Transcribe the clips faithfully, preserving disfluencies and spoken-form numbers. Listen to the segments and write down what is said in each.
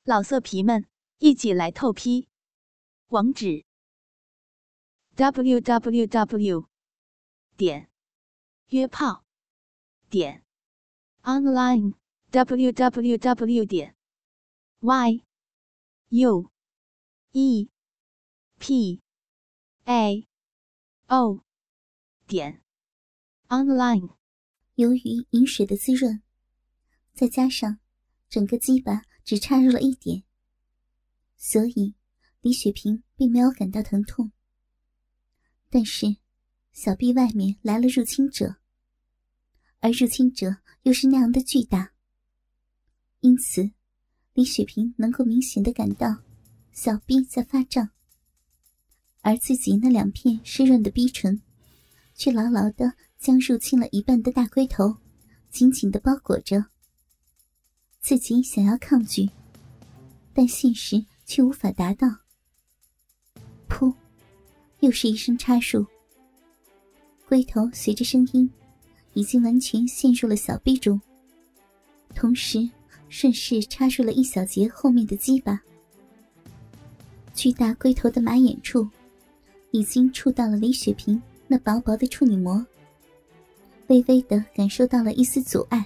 老色皮们，一起来透批！网址 ：double u double u double u 点约炮点 online double u double u double u 点 y u e p a o 点 online。 由于饮水的滋润，再加上整个鸡巴只插入了一点，所以李雪萍并没有感到疼痛。但是小臂外面来了入侵者，而入侵者又是那样的巨大，因此李雪萍能够明显地感到小臂在发胀，而自己那两片湿润的逼唇却牢牢地将入侵了一半的大龟头紧紧地包裹着。自己想要抗拒，但现实却无法达到。噗，又是一声插入，龟头随着声音已经完全陷入了小臂中，同时顺势插入了一小节后面的鸡巴。巨大龟头的马眼处已经触到了李雪萍那薄薄的处女膜，微微地感受到了一丝阻碍。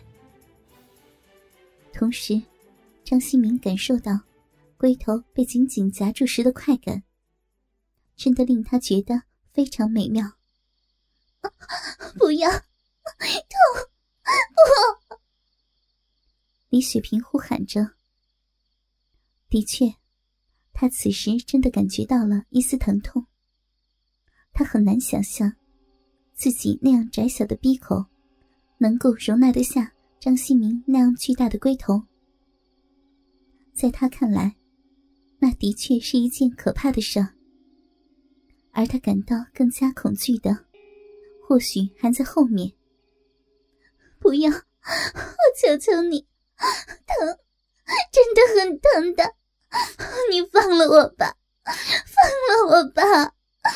同时张希明感受到龟头被紧紧夹住时的快感，真的令他觉得非常美妙。啊，不要，痛，不！李雪萍呼喊着。的确，她此时真的感觉到了一丝疼痛。她很难想象自己那样窄小的逼口能够容纳得下张希明那样巨大的龟头。在他看来，那的确是一件可怕的事儿。而他感到更加恐惧的或许还在后面。不要，我求求你，疼，真的很疼的，你放了我吧，放了我吧。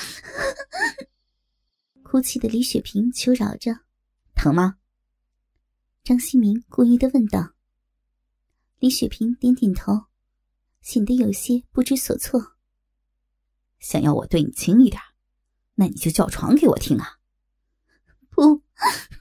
哭泣的李雪萍求饶着。 疼吗？ 张希明故意地问道。李雪萍点点头，显得有些不知所措。 想要我对你轻一点，那你就叫床给我听啊。 不，不。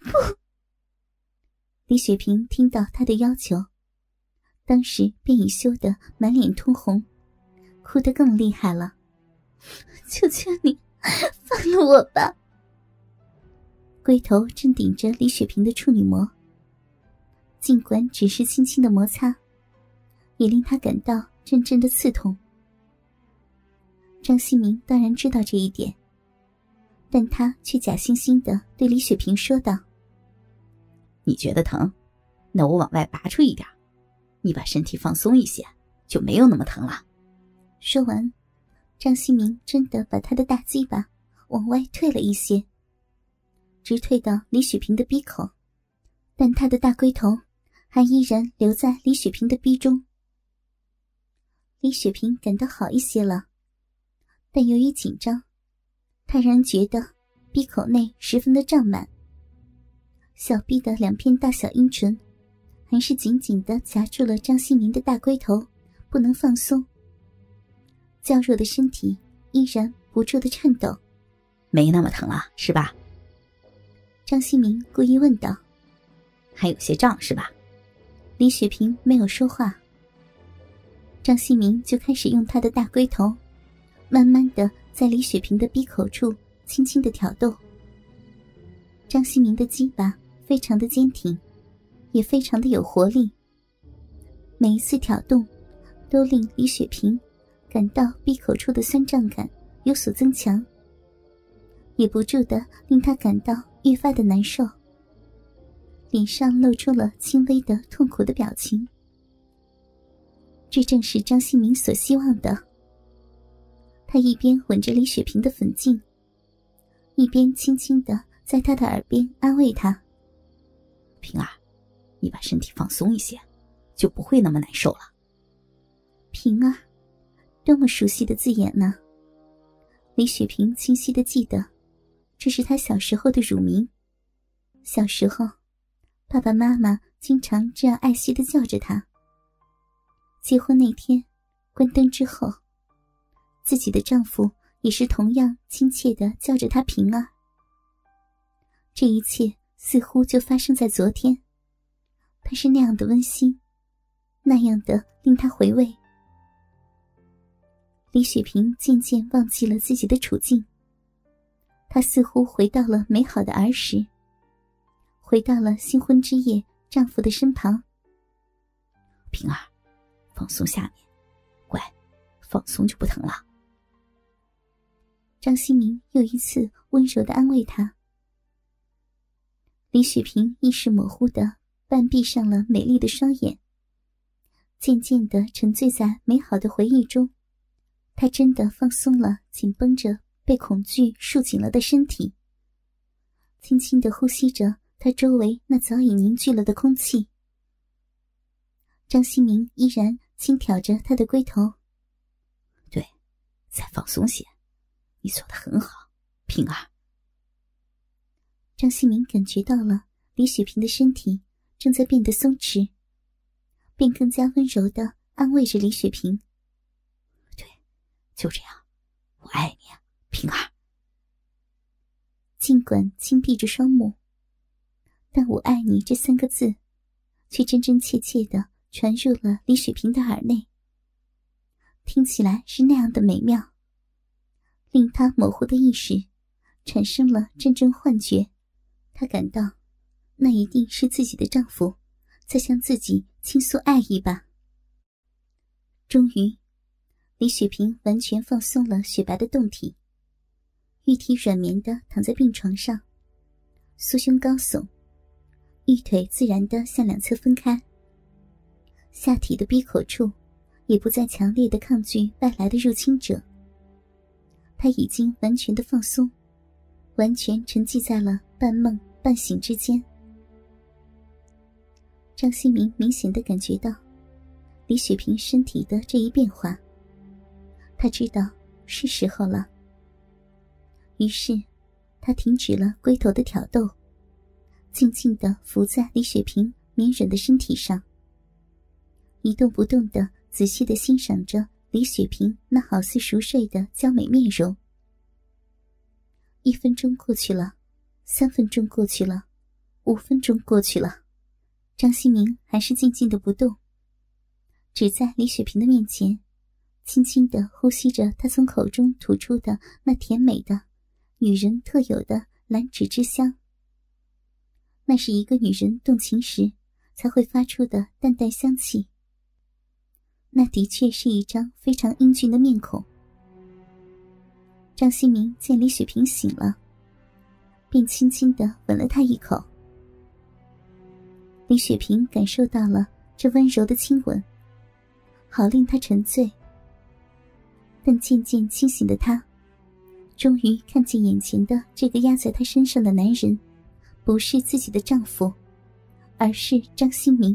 李雪萍听到他的要求，当时便已羞得满脸通红，哭得更厉害了。求求你，放了我吧。龟头正顶着李雪萍的处女膜，尽管只是轻轻的摩擦，也令她感到阵阵的刺痛。张希明当然知道这一点，但他却假惺惺地对李雪萍说道： 你觉得疼，那我往外拔出一点，你把身体放松一些，就没有那么疼了。 说完，张希明真的把他的大鸡巴往外退了一些，直退到李雪萍的逼口，但他的大龟头还依然留在李雪萍的逼中。李雪萍感到好一些了，但由于紧张，她仍觉得逼口内十分的胀满，小臂的两片大小阴唇还是紧紧地夹住了张希明的大龟头，不能放松。娇弱的身体依然不住地颤抖。 没那么疼了，是吧？ 张希明故意问道。 还有些胀是吧？ 李雪萍没有说话。张希明就开始用他的大龟头慢慢地在李雪萍的逼口处轻轻地挑逗。张希明的鸡巴非常的坚挺，也非常的有活力，每一次挑动都令李雪萍感到闭口处的酸胀感有所增强，也不住地令她感到越发的难受，脸上露出了轻微的痛苦的表情。这正是张希明所希望的。他一边吻着李雪萍的粉颈，一边轻轻地在她的耳边安慰她： 萍儿，你把身体放松一些，就不会那么难受了。 萍儿，多么熟悉的字眼呢！李雪萍清晰地记得，这是她小时候的乳名。小时候，爸爸妈妈经常这样爱惜地叫着她。 结婚那天关灯之后，自己的丈夫也是同样亲切地叫着她平儿。这一切似乎就发生在昨天，它是那样的温馨，那样的令她回味。李雪萍渐渐忘记了自己的处境，她似乎回到了美好的儿时，回到了新婚之夜丈夫的身旁。 平儿，放松下面，乖，放松就不疼了。 张新民又一次温柔地安慰她。李雪萍意识模糊地半闭上了美丽的双眼，渐渐地沉醉在美好的回忆中。她真的放松了紧绷着被恐惧束紧了的身体，轻轻地呼吸着她周围那早已凝聚了的空气。张新民依然轻挑着她的龟头。 对，再放松些，你做得很好，平儿。 张新民感觉到了李雪萍的身体正在变得松弛，便更加温柔地安慰着李雪萍。 对，就这样，我爱你啊，平儿。 尽管轻闭着双目，但我爱你这三个字却真真切切地传入了李雪萍的耳内，听起来是那样的美妙，令她模糊的意识产生了阵阵幻觉。她感到那一定是自己的丈夫在向自己倾诉爱意吧。终于，李雪萍完全放松了雪白的胴体，玉体软绵地躺在病床上，酥胸高耸，玉腿自然地向两侧分开，下体的闭口处也不再强烈地抗拒外来的入侵者。她已经完全的放松，完全沉寂在了半梦半醒之间。张新民明显地感觉到李雪萍身体的这一变化，他知道是时候了。于是他停止了龟头的挑逗，静静地伏在李雪萍绵软的身体上，一动不动地仔细地欣赏着李雪萍那好似熟睡的娇美面容。一分钟过去了，三分钟过去了，五分钟过去了，张新民还是静静的不动，只在李雪萍的面前轻轻地呼吸着她从口中吐出的那甜美的女人特有的兰脂之香。那是一个女人动情时才会发出的淡淡香气。那的确是一张非常英俊的面孔。张新民见李雪萍醒了，便轻轻地吻了她一口。李雪萍感受到了这温柔的亲吻，好令她沉醉。但渐渐清醒的她，终于看见眼前的这个压在她身上的男人，不是自己的丈夫，而是张新民。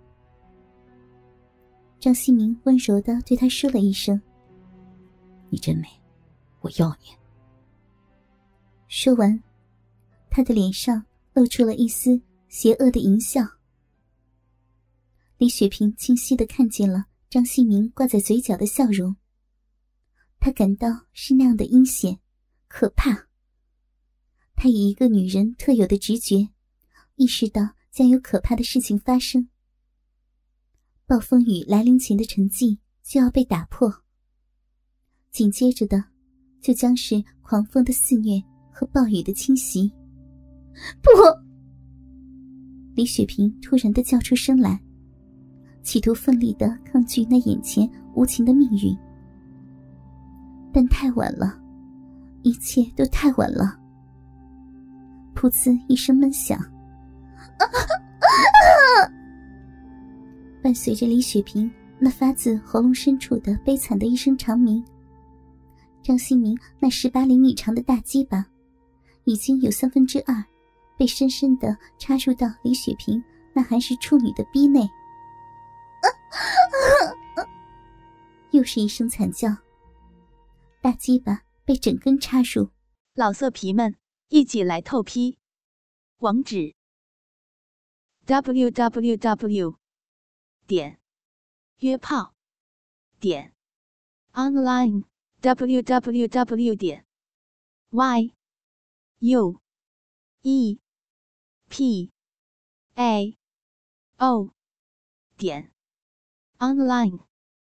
张新民温柔地对她说了一声：“ 你真美，我要你。” 说完，他的脸上露出了一丝邪恶的淫笑。李雪萍清晰地看见了张新民挂在嘴角的笑容，她感到是那样的阴险可怕。她以一个女人特有的直觉意识到将有可怕的事情发生，暴风雨来临前的沉寂就要被打破，紧接着的就将是狂风的肆虐和暴雨的侵袭。不！李雪萍突然地叫出声来，企图奋力地抗拒那眼前无情的命运，但太晚了，一切都太晚了。噗呲一声闷响，啊啊！伴随着李雪萍那发自喉咙深处的悲惨的一声长鸣，张新民那十八厘米长的大鸡巴已经有三分之二被深深地插入到李雪萍那还是处女的逼内。啊啊啊！又是一声惨叫，大鸡巴被整根插入。 老色皮们，一起来透批！网址 ：double u double u double u 点约炮点 online www 点 y u e p a o 点 online。